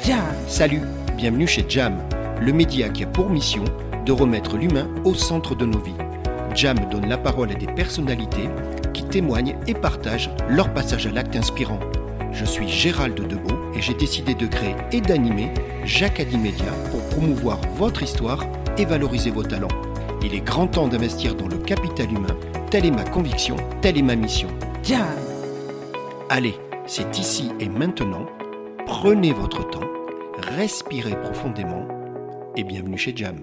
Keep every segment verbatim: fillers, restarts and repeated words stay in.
Jam. Salut, bienvenue chez Jam, le média qui a pour mission de remettre l'humain au centre de nos vies. Jam donne la parole à des personnalités qui témoignent et partagent leur passage à l'acte inspirant. Je suis Gérald Debeau et j'ai décidé de créer et d'animer Jacadi Média pour promouvoir votre histoire et valoriser vos talents. Il est grand temps d'investir dans le capital humain. Telle est ma conviction, telle est ma mission. Jam. Allez, c'est ici et maintenant. Prenez votre temps, respirez profondément et bienvenue chez Jam.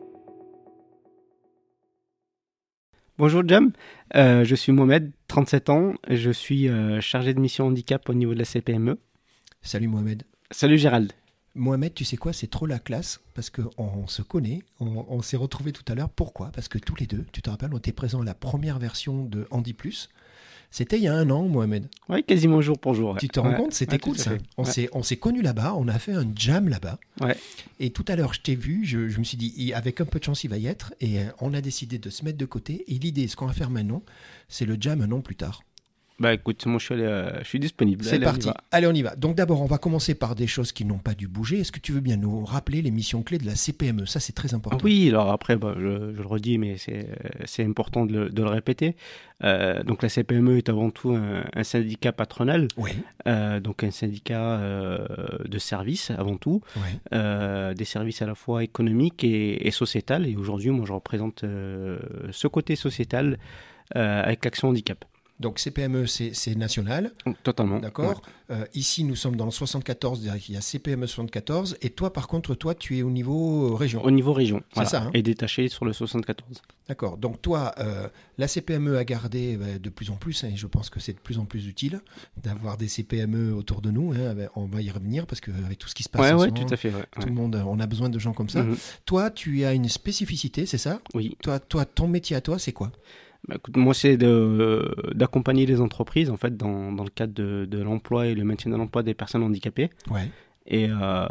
Bonjour Jam, euh, je suis Mohamed, trente-sept ans, je suis euh, chargé de mission handicap au niveau de la C P M E. Salut Mohamed. Salut Gérald. Mohamed, tu sais quoi, c'est trop la classe parce qu'on se connaît, on, on s'est retrouvés tout à l'heure. Pourquoi ? Parce que tous les deux, tu te rappelles, on était présents à la première version de Handi Plus. C'était il y a un an, Mohamed. Oui, quasiment jour pour jour. Ouais. Tu te rends ouais. compte ? C'était ouais, cool ça. On, ouais. s'est, on s'est connus là-bas, on a fait un jam là-bas. Ouais. Et tout à l'heure, je t'ai vu, je, je me suis dit, avec un peu de chance, il va y être. Et on a décidé de se mettre de côté. Et l'idée, ce qu'on va faire maintenant, c'est le jam un an plus tard. Bah écoute, moi je suis, allé, euh, je suis disponible. C'est Allez, parti. On Allez, on y va. Donc d'abord, on va commencer par des choses qui n'ont pas dû bouger. Est-ce que tu veux bien nous rappeler les missions clés de la C P M E ? Ça, c'est très important. Ah oui, alors après, bah, je, je le redis, mais c'est, c'est important de le, de le répéter. Euh, donc la C P M E est avant tout un, un syndicat patronal, oui. euh, donc un syndicat euh, de services avant tout, oui. euh, des services à la fois économiques et, et sociétals. Et aujourd'hui, moi, je représente euh, ce côté sociétal euh, avec l'Action Handicap. Donc C P M E, c'est, c'est national. Totalement. D'accord. Ouais. Euh, ici, nous sommes dans le soixante-quatorze, il y a C P M E soixante-quatorze. Et toi, par contre, toi, tu es au niveau région. Au niveau région, c'est voilà, ça. Hein. Et détaché sur le soixante-quatorze. D'accord. Donc toi, euh, la C P M E a gardé bah, de plus en plus, hein, et je pense que c'est de plus en plus utile d'avoir des C P M E autour de nous. Hein, on va y revenir parce qu'avec tout ce qui se passe ouais, en ouais, ce moment, tout à fait, ouais, tout ouais. le monde, on a besoin de gens comme ça. Mm-hmm. Toi, tu as une spécificité, c'est ça ? Oui. Toi, toi, ton métier à toi, c'est quoi ? Bah, écoute, moi, c'est de, d'accompagner les entreprises en fait, dans, dans le cadre de, de l'emploi et le maintien de l'emploi des personnes handicapées. Ouais. Et, euh,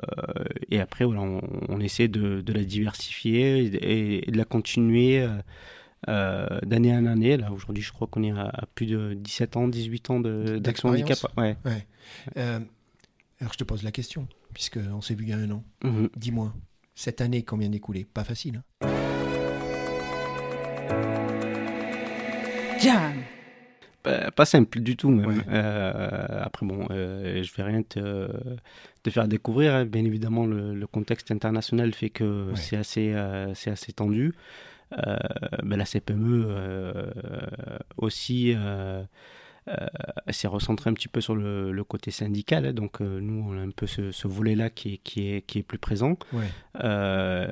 et après, voilà, on, on essaie de, de la diversifier et, et de la continuer euh, d'année en année. Là, aujourd'hui, je crois qu'on est à plus de dix-sept ans, dix-huit ans de, d'action handicap. Ouais. Ouais. Euh, alors, je te pose la question, puisqu'on s'est vu il y a un an. Mm-hmm. Dis-moi, cette année, combien d'écoulés ? Pas facile, hein ? Jam. Pas, pas simple du tout même. Ouais. Euh, après bon, euh, je vais rien te, te faire découvrir. Hein. Bien évidemment, le, le contexte international fait que ouais. c'est assez, euh, c'est assez tendu. Euh, ben la C P M E euh, aussi euh, euh, s'est recentrée un petit peu sur le, le côté syndical. Hein. Donc euh, nous, on a un peu ce, ce volet-là qui est, qui est, qui est plus présent. Ouais. Euh,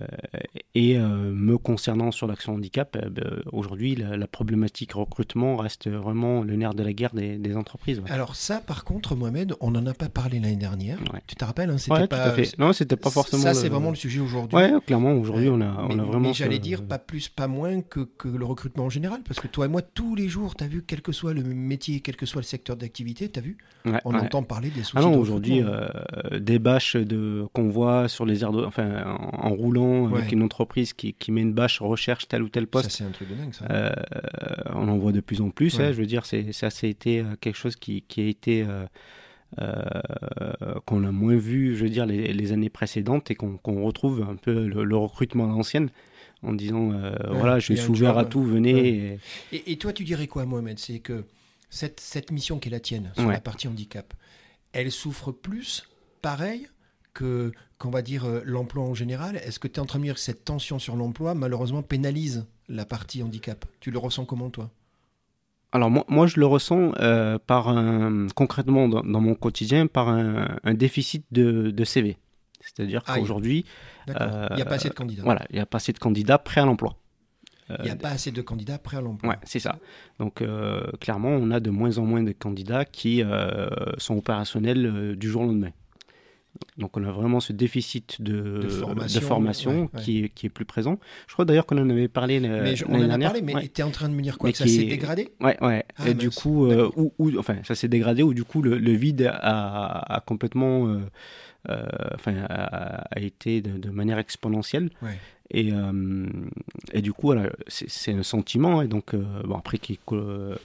et euh, me concernant sur l'action handicap, euh, ben, aujourd'hui, la, la problématique recrutement reste vraiment le nerf de la guerre des, des entreprises. Ouais. Alors ça, par contre, Mohamed, on n'en a pas parlé l'année dernière. Ouais. Tu te rappelles hein, c'était ouais, pas... tout à fait. Non, c'était pas forcément... Ça, le... c'est vraiment le sujet aujourd'hui. Ouais, clairement, aujourd'hui, on a, mais, on a vraiment... Mais j'allais ce... dire, pas plus, pas moins que, que le recrutement en général, parce que toi et moi, tous les jours, tu as vu, quel que soit le métier, quel que soit le secteur d'activité, tu as vu, ouais, on ouais. entend parler des soucis ah non, de aujourd'hui, euh, des bâches de, qu'on voit sur les aires de... Enfin, en, en roulant, ouais. avec une entreprise qui, qui met une bâche, recherche tel ou tel poste. Ça, c'est un truc de dingue, ça. Euh, on en voit de plus en plus. Ouais. Hein, je veux dire, c'est, ça, c'est été quelque chose qui, qui a été... Euh, euh, qu'on a moins vu, je veux dire, les, les années précédentes et qu'on, qu'on retrouve un peu le, le recrutement à l'ancienne en disant, euh, ouais, voilà, je suis ouvert à tout, venez. Ouais. Et... Et, et toi, tu dirais quoi, Mohamed ? C'est que cette, cette mission qui est la tienne, sur ouais. la partie handicap, elle souffre plus, pareil, que, qu'on va dire euh, l'emploi en général. Est-ce que tu es en train de dire que cette tension sur l'emploi, malheureusement, pénalise la partie handicap ? Tu le ressens comment, toi ? Alors moi, moi, je le ressens euh, par un, concrètement dans, dans mon quotidien par un, un déficit de, de C V. C'est-à-dire ah, qu'aujourd'hui... Euh, il n'y a pas assez de candidats. Voilà, il n'y a pas assez de candidats prêts à l'emploi. Il n'y a euh, pas assez de candidats prêts à l'emploi. Ouais, c'est ça. Donc euh, clairement, on a de moins en moins de candidats qui euh, sont opérationnels euh, du jour au lendemain. Donc on a vraiment ce déficit de, de formation, de formation ouais, ouais. Qui, est, qui est plus présent. Je crois d'ailleurs qu'on en avait parlé mais l'année je, on en a dernière. parlé, mais ouais. tu es en train de me dire quoi, mais que ça s'est dégradé ? Ouais, ouais. Ah, et du coup, euh, ou, ou, enfin, ça s'est dégradé, ou du coup, le, le vide a, a complètement... Euh, euh, enfin, a, a été de, de manière exponentielle. Ouais. Et, euh, et du coup, voilà, c'est, c'est un sentiment. Et donc, euh, bon, après, qui... Euh,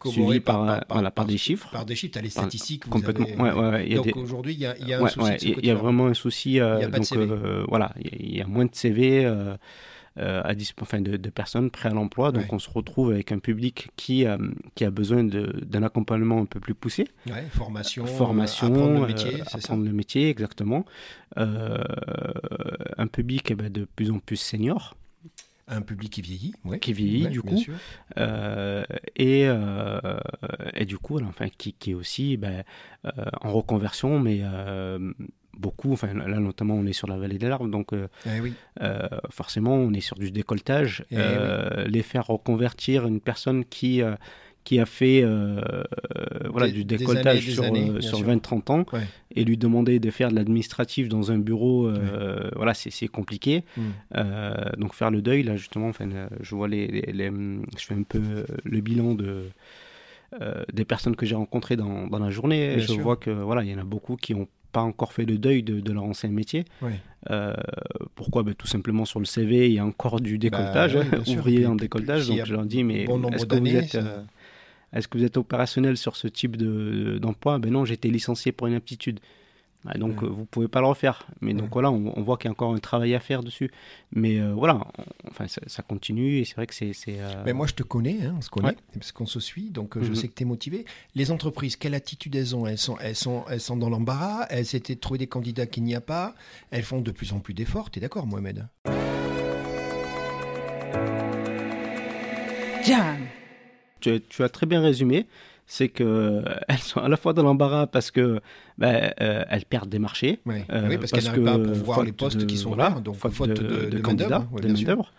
suivi par, par, par, voilà, par, par des chiffres. Par des chiffres, tu as les statistiques. Par, complètement. Avez... Ouais, ouais, ouais, donc des... aujourd'hui, il y a, y a un ouais, souci. Ouais, il y, y a vraiment un souci. Euh, il y a pas donc, de C V. Euh, voilà, il y, y a moins de C V euh, euh, à disp... enfin, de, de personnes prêtes à l'emploi. Donc ouais. on se retrouve avec un public qui, euh, qui a besoin de, d'un accompagnement un peu plus poussé. Ouais, formation, formation, apprendre le métier. Euh, c'est apprendre ça le métier, exactement. Euh, un public eh ben, de plus en plus senior. Un public qui vieillit, ouais. qui vieillit ouais, du coup, euh, et, euh, et du coup, enfin, qui, qui est aussi ben, euh, en reconversion, mais euh, beaucoup, enfin là notamment on est sur la vallée des larves, donc euh, eh oui. euh, forcément on est sur du décolletage, eh euh, oui. les faire reconvertir une personne qui euh, qui a fait euh, voilà, des, du décolletage des sur, années, euh, sur sûr. vingt trente ans, ouais. et lui demander de faire de l'administratif dans un bureau, euh, ouais. voilà, c'est, c'est compliqué. Mm. Euh, donc faire le deuil, là justement, enfin, je vois les, les, les, je fais un peu le bilan de, euh, des personnes que j'ai rencontrées dans, dans la journée, et je sûr. vois que voilà, il y en a beaucoup qui ont pas encore fait le deuil de, de leur ancien métier. Ouais. Euh, pourquoi ben, tout simplement sur le C V, il y a encore du décolletage, bah, oui, ouvrier puis, en décolletage, donc je leur dis, mais bon est-ce que vous êtes... Euh, Est-ce que vous êtes opérationnel sur ce type de, d'emploi ? Ben non, j'ai été licencié pour inaptitude. Ah, donc, ouais. euh, vous ne pouvez pas le refaire. Mais donc, ouais. voilà, on, on voit qu'il y a encore un travail à faire dessus. Mais euh, voilà, on, enfin, ça, ça continue et c'est vrai que c'est... c'est euh... Mais moi, je te connais, hein, on se connaît, ouais. parce qu'on se suit, donc euh, mm-hmm. je sais que tu es motivé. Les entreprises, quelle attitude elles ont ? Elles sont, elles sont, elles sont dans l'embarras, elles essaient de trouver des candidats qu'il n'y a pas, elles font de plus en plus d'efforts. Tu es d'accord, Mohamed ? Jam. Tu, tu as très bien résumé, c'est qu'elles sont à la fois dans l'embarras parce qu'elles ben, euh, perdent des marchés. Oui, euh, oui parce, parce qu'elles n'arrivent pas à pourvoir les postes de, qui sont là, donc faute, faute de, de, de, de candidats, de main-d'œuvre.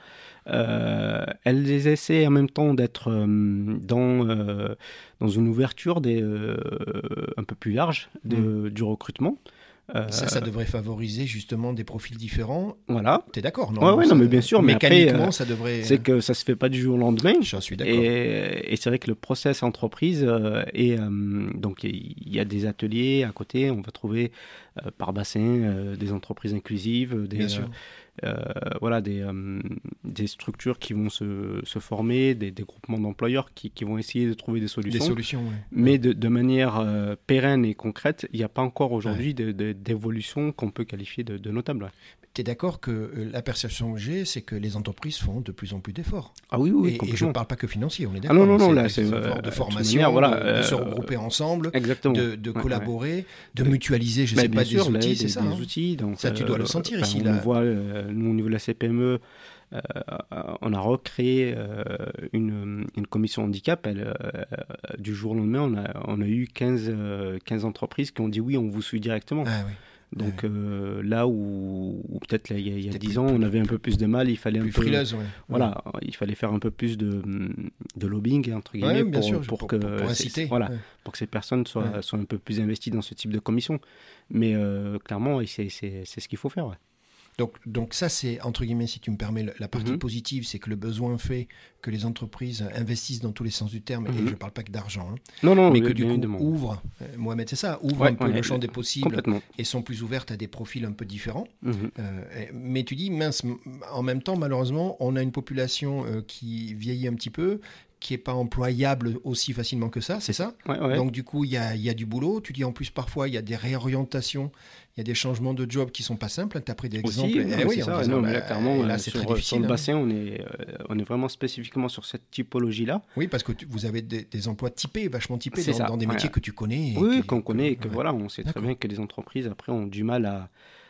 Euh, elles essaient en même temps d'être euh, dans, euh, dans une ouverture des, euh, un peu plus large de, mmh. du recrutement. Euh, ça, ça devrait favoriser justement des profils différents. Voilà. T'es d'accord, non ? Ouais, ouais, non, mais bien sûr. Mécaniquement, mais après, ça devrait. C'est que ça se fait pas du jour au lendemain. J'en suis d'accord. Et, et c'est vrai que le process entreprise euh, et euh, donc il y a des ateliers à côté. On va trouver euh, par bassin euh, des entreprises inclusives, des. Bien sûr. Euh, voilà, des, euh, des structures qui vont se, se former, des, des groupements d'employeurs qui, qui vont essayer de trouver des solutions. Des solutions, oui. Mais de, de manière euh, pérenne et concrète, il n'y a pas encore aujourd'hui ouais. de, de, d'évolution qu'on peut qualifier de, de notable. Ouais. Tu es d'accord que euh, la perception que j'ai, c'est que les entreprises font de plus en plus d'efforts. Ah oui, oui, et, et je ne parle pas que financier, on est d'accord. Ah non, non, non, c'est là, des c'est efforts euh, de formation, manière, voilà, de, euh, de se regrouper ensemble, exactement. de, de collaborer, ouais. de mutualiser, je ne sais pas, sûr, des outils, là, c'est des, ça. Des hein. outils, donc, ça, tu dois le sentir euh, ici. On là. voit, euh, nous, au niveau de la C P M E, euh, on a recréé euh, une, une commission handicap. Elle, euh, du jour au lendemain, on a, on a eu quinze, euh, quinze entreprises qui ont dit oui, on vous suit directement. Ah, oui. Donc euh, là où, où peut-être là, il y a, il y a dix ans, on avait un peu plus de mal, il fallait plus un peu, frileuse, ouais. voilà, ouais. il fallait faire un peu plus de, de lobbying entre guillemets ouais, pour, sûr, pour, pour que pour, pour inciter, voilà, ouais. pour que ces personnes soient, ouais. soient un peu plus investies dans ce type de commission. Mais euh, clairement, c'est, c'est, c'est ce qu'il faut faire. Ouais. Donc, donc ça, c'est, entre guillemets, si tu me permets, la partie mm-hmm. positive, c'est que le besoin fait que les entreprises investissent dans tous les sens du terme, mm-hmm. et je ne parle pas que d'argent, hein, non, non, mais que du coup ouvrent, euh, Mohamed, c'est ça, ouvrent ouais, un peu ouais, le champ des possibles et sont plus ouvertes à des profils un peu différents. Mm-hmm. Euh, mais tu dis, mince, en même temps, malheureusement, on a une population euh, qui vieillit un petit peu, qui n'est pas employable aussi facilement que ça, c'est ça ouais, ouais. Donc du coup, il y a, y a du boulot. Tu dis en plus, parfois, il y a des réorientations, il y a des changements de job qui sont pas simples. Tu as pris des exemples. Aussi, eh oui, c'est ça. Disant, non, mais là, là, clairement, là, c'est sur, très difficile. Sur le hein. bassin, on est, euh, on est vraiment spécifiquement sur cette typologie-là. Oui, parce que tu, vous avez des, des emplois typés, vachement typés, c'est dans, ça. dans des métiers ouais. que tu connais. Et oui, qui, qu'on connaît et que ouais. voilà, on sait D'accord. très bien que les entreprises, après, ont du mal à...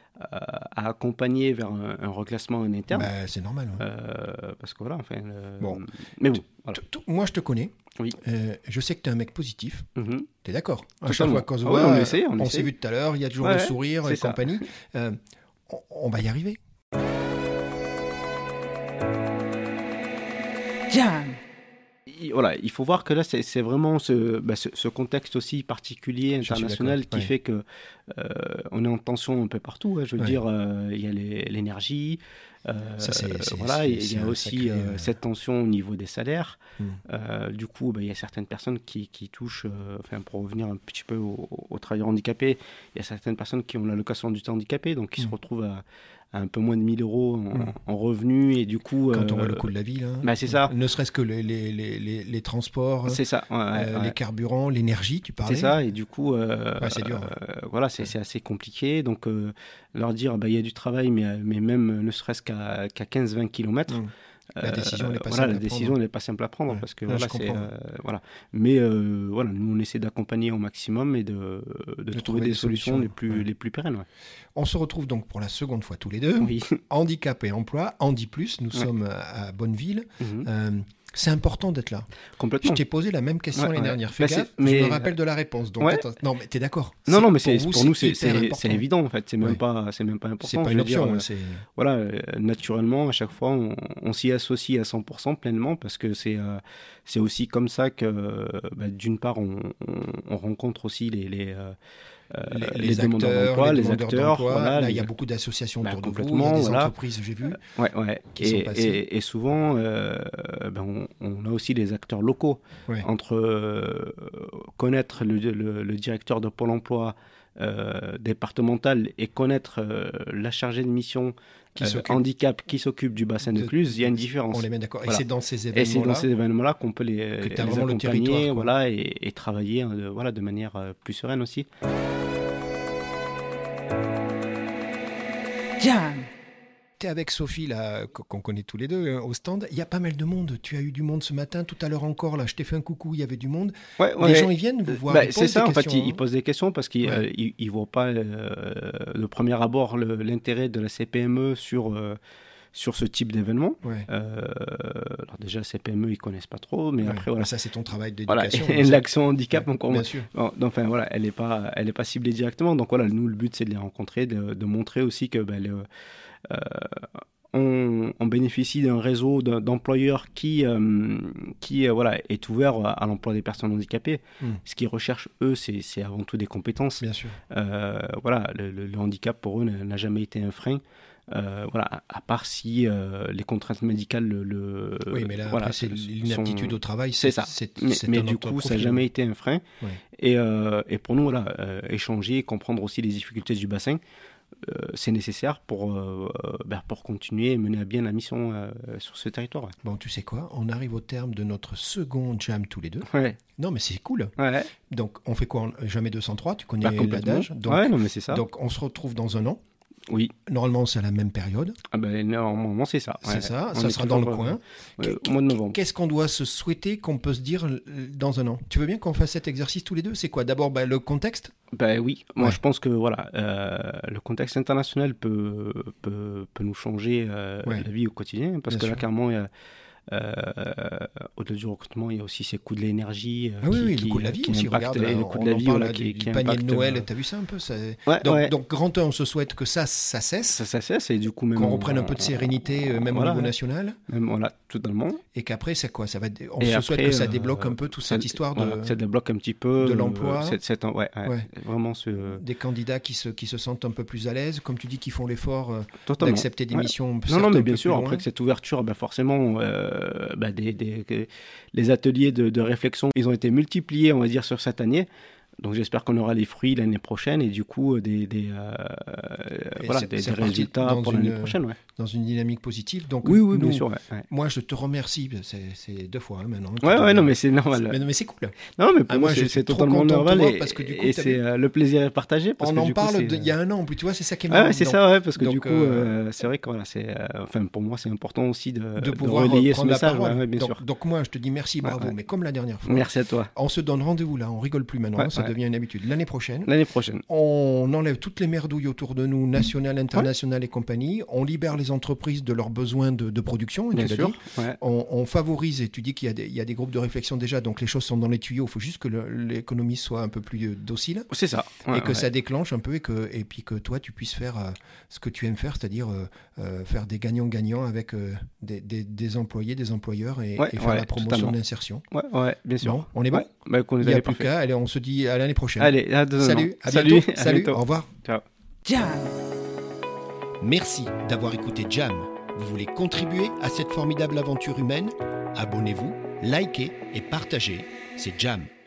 à accompagner vers un, un reclassement en interne. Bah, c'est normal. Ouais. Euh, parce que voilà, enfin... Le... Bon. Mais bon, voilà. Moi, je te connais. Oui. Euh, je sais que tu es un mec positif. Mm-hmm. Tu es d'accord ? À chaque fois qu'on se ah voit, ouais, on, essaie, on, on essaie. s'est vu tout à l'heure, il y a toujours ouais, le sourire et ça. compagnie. Euh, on, on va y arriver. Jam. Voilà, il faut voir que là, c'est, c'est vraiment ce, bah, ce, ce contexte aussi particulier, international, qui ouais. fait que euh, on est en tension un peu partout. Hein, je veux ouais. dire, euh, il y a les, l'énergie, euh, Ça, c'est, c'est, voilà, c'est, il y a aussi sacré, euh, euh... cette tension au niveau des salaires. Mm. Euh, du coup, bah, il y a certaines personnes qui, qui touchent, euh, enfin, pour revenir un petit peu aux, aux travailleurs handicapés, il y a certaines personnes qui ont l'allocation du temps handicapé, donc qui mm. se retrouvent à à un peu moins de mille euros en, mmh. en revenus et du coup quand euh, on voit le coût de la vie là, bah c'est ça, ne serait-ce que les, les, les, les, les transports, c'est ça, ouais, euh, ouais. les carburants, l'énergie, tu parlais, c'est ça, et du coup euh, ouais, c'est dur. Euh, voilà, c'est, c'est assez compliqué, donc euh, leur dire bah il y a du travail, mais, mais même ne serait-ce qu'à, qu'à quinze vingt kilomètres, mmh. La décision n'est pas voilà, simple la à décision prendre. n'est pas simple à prendre, ouais. parce que ouais, voilà, c'est, euh, voilà. Mais euh, voilà, nous on essaie d'accompagner au maximum et de, de, de trouver, trouver des, des solutions, solutions les plus ouais. les plus pérennes. Ouais. On se retrouve donc pour la seconde fois tous les deux. Oui. Handicap et emploi, Handi plus. Nous ouais. sommes à Bonneville. Mm-hmm. Euh, c'est important d'être là. Complètement. Je t'ai posé la même question ouais, l'année ouais. dernière. Fais bah, gaffe, mais... je me rappelle de la réponse. Donc ouais. attends... Non, mais t'es d'accord. Non, non, mais pour, c'est, vous, pour c'est nous, c'est, c'est, c'est évident en fait. C'est même ouais. pas, c'est même pas important. C'est pas une option. Dire, c'est... Voilà, euh, naturellement, à chaque fois, on, on s'y associe à cent pour cent pleinement parce que c'est, euh, c'est aussi comme ça que, euh, bah, d'une part, on, on, on rencontre aussi les, les euh, Les, les, les demandeurs acteurs, d'emploi, les, les acteurs. Voilà, là, les... il y a beaucoup d'associations bah, autour de vous, il y a des voilà. entreprises, j'ai vu, euh, ouais, ouais. qui et, sont passées. Et, et souvent, euh, ben on, on a aussi les acteurs locaux. Ouais. Entre euh, connaître le, le, le directeur de Pôle emploi euh, départemental et connaître euh, la chargée de mission qui euh, handicap qui s'occupe du bassin de, de Cluses, il y a une différence. On les met d'accord. Voilà. Et c'est dans ces événements-là, et c'est dans ces événements-là qu'on peut les, que les accompagner, voilà, et, et travailler euh, voilà, de manière euh, plus sereine aussi. Jam. Tu es avec Sophie, là, qu'on connaît tous les deux, au stand. Il y a pas mal de monde. Tu as eu du monde ce matin, tout à l'heure encore. Là, je t'ai fait un coucou, il y avait du monde. Ouais, ouais. Les gens, ils viennent vous voir. Bah, ils c'est ça, en fait, ils, hein. ils posent des questions parce qu'ils ne ouais. euh, voient pas, euh, de premier abord, le, l'intérêt de la C P M E sur... Euh, sur ce type d'événement. Ouais. Euh, alors déjà, C P M E, ils ne connaissent pas trop, mais ouais. après, voilà. Ça, c'est ton travail d'éducation. Voilà. Et l'action handicap, ouais. encore Bien moins. sûr. Bon, donc, enfin, voilà, elle n'est pas, elle est pas ciblée directement. Donc, voilà, nous, le but, c'est de les rencontrer, de, de montrer aussi que ben, le, euh, on, on bénéficie d'un réseau d'employeurs qui, euh, qui euh, voilà, est ouvert à l'emploi des personnes handicapées. Mm. Ce qu'ils recherchent, eux, c'est, c'est avant tout des compétences. Bien sûr. Euh, voilà, le, le, le handicap, pour eux, n'a jamais été un frein. Euh, voilà, à part si euh, les contraintes médicales le, le oui, mais là voilà, après, c'est l'inaptitude sont... au travail, c'est, c'est ça. C'est, mais c'est mais du coup, ça n'a jamais été un frein. Ouais. Et, euh, et pour nous, voilà, euh, échanger, comprendre aussi les difficultés du bassin, euh, c'est nécessaire pour euh, ben, pour continuer et mener à bien la mission euh, sur ce territoire. Ouais. Bon, tu sais quoi, on arrive au terme de notre second jam tous les deux. Ouais. Non, mais c'est cool. Ouais. Donc, on fait quoi? Jamais deux cent trois, tu connais bah, l'adage. Donc, ouais, non, mais c'est ça. Donc, on se retrouve dans un an. Oui. Normalement, c'est à la même période. Ah ben, normalement, c'est ça. C'est ouais. ça, on ça sera dans le coin. Euh, au mois de novembre. Qu'est-ce qu'on doit se souhaiter, qu'on peut se dire dans un an? Tu veux bien qu'on fasse cet exercice tous les deux? C'est quoi? D'abord, bah, le contexte? Ben oui, moi ouais. je pense que voilà, euh, le contexte international peut, peut, peut nous changer euh, ouais. la vie au quotidien. Parce bien que sûr. Là, clairement, il y a... Euh, au-delà du recrutement, il y a aussi ces coûts de l'énergie. Euh, ah oui, qui, oui, qui, le coût de la vie qui aussi. Impacte, Regarde, là, le coût de la vie, voilà, qui, du, qui du panier impacte, de Noël. Euh... T'as vu ça un peu ça... Ouais, donc, ouais. donc, grand un, on se souhaite que ça, ça cesse. Ça, ça cesse, et du coup, même qu'on on, reprenne un peu de sérénité, euh, même voilà, au niveau national. Même, voilà, totalement. Et qu'après, c'est quoi? Ça va. On et se après, souhaite que ça euh, débloque un peu toute cette ça, histoire voilà, de. Que ça débloque un petit peu de l'emploi. Euh, cette, cette, ouais, ouais, ouais. Vraiment ce. Des candidats qui se qui se sentent un peu plus à l'aise, comme tu dis, qui font l'effort euh, Totalement. d'accepter des ouais. missions. Non, non, mais bien sûr. Après que cette ouverture, bah, forcément, euh, bah, des, des, des, les ateliers de, de réflexion, ils ont été multipliés, on va dire, sur cette année. Donc j'espère qu'on aura les fruits l'année prochaine et du coup des, des, euh, voilà, c'est, des, c'est des résultats pour une, l'année prochaine. Ouais. Dans une dynamique positive. Donc, oui, oui, nous, bien sûr. Ouais, ouais. Moi, je te remercie. C'est, c'est deux fois hein, maintenant. Ouais, ouais, non, mais c'est normal. Mais, mais c'est cool. Non, mais pour ah, moi, moi c'est, je c'est totalement normal. Et, parce que, du coup, et c'est euh, le plaisir est partagé. Parce on que, en du parle coup, il y a un an. Tu vois, c'est ça qui est marrant. Ouais, c'est donc, ça, ouais, parce que donc, du coup, euh, c'est vrai que voilà, c'est, euh, enfin, pour moi, c'est important aussi de, de pouvoir de relayer prendre ce message. La ouais, bien donc, sûr. donc moi, je te dis merci, bravo. Mais comme la dernière fois. Merci à toi. On se donne rendez-vous là. On rigole plus maintenant. Ça devient une habitude. L'année prochaine. L'année prochaine. On enlève toutes les merdouilles autour de nous, nationales, internationales ouais. et compagnie. On libère les entreprises de leurs besoins de, de production. Bien tu sûr. Dit. Ouais. On, on favorise, et tu dis qu'il y a, des, il y a des groupes de réflexion déjà, donc les choses sont dans les tuyaux. Il faut juste que le, l'économie soit un peu plus docile. C'est ça. Ouais, et que ouais. ça déclenche un peu et, que, et puis que toi, tu puisses faire euh, ce que tu aimes faire, c'est-à-dire euh, euh, faire des gagnants-gagnants avec euh, des, des, des employés, des employeurs et, ouais, et faire ouais, la promotion totalement. de l'insertion. Ouais, ouais, bien sûr. Bon, on est bon ouais. bah, Il n'y a plus qu'à. Allez, on se dit à l'année prochaine. Allez, à deux Salut, à Salut, bientôt. à Salut, bientôt. Au revoir. Ciao. Jam. Merci d'avoir écouté Jam. Vous voulez contribuer à cette formidable aventure humaine? Abonnez-vous, likez et partagez. C'est Jam.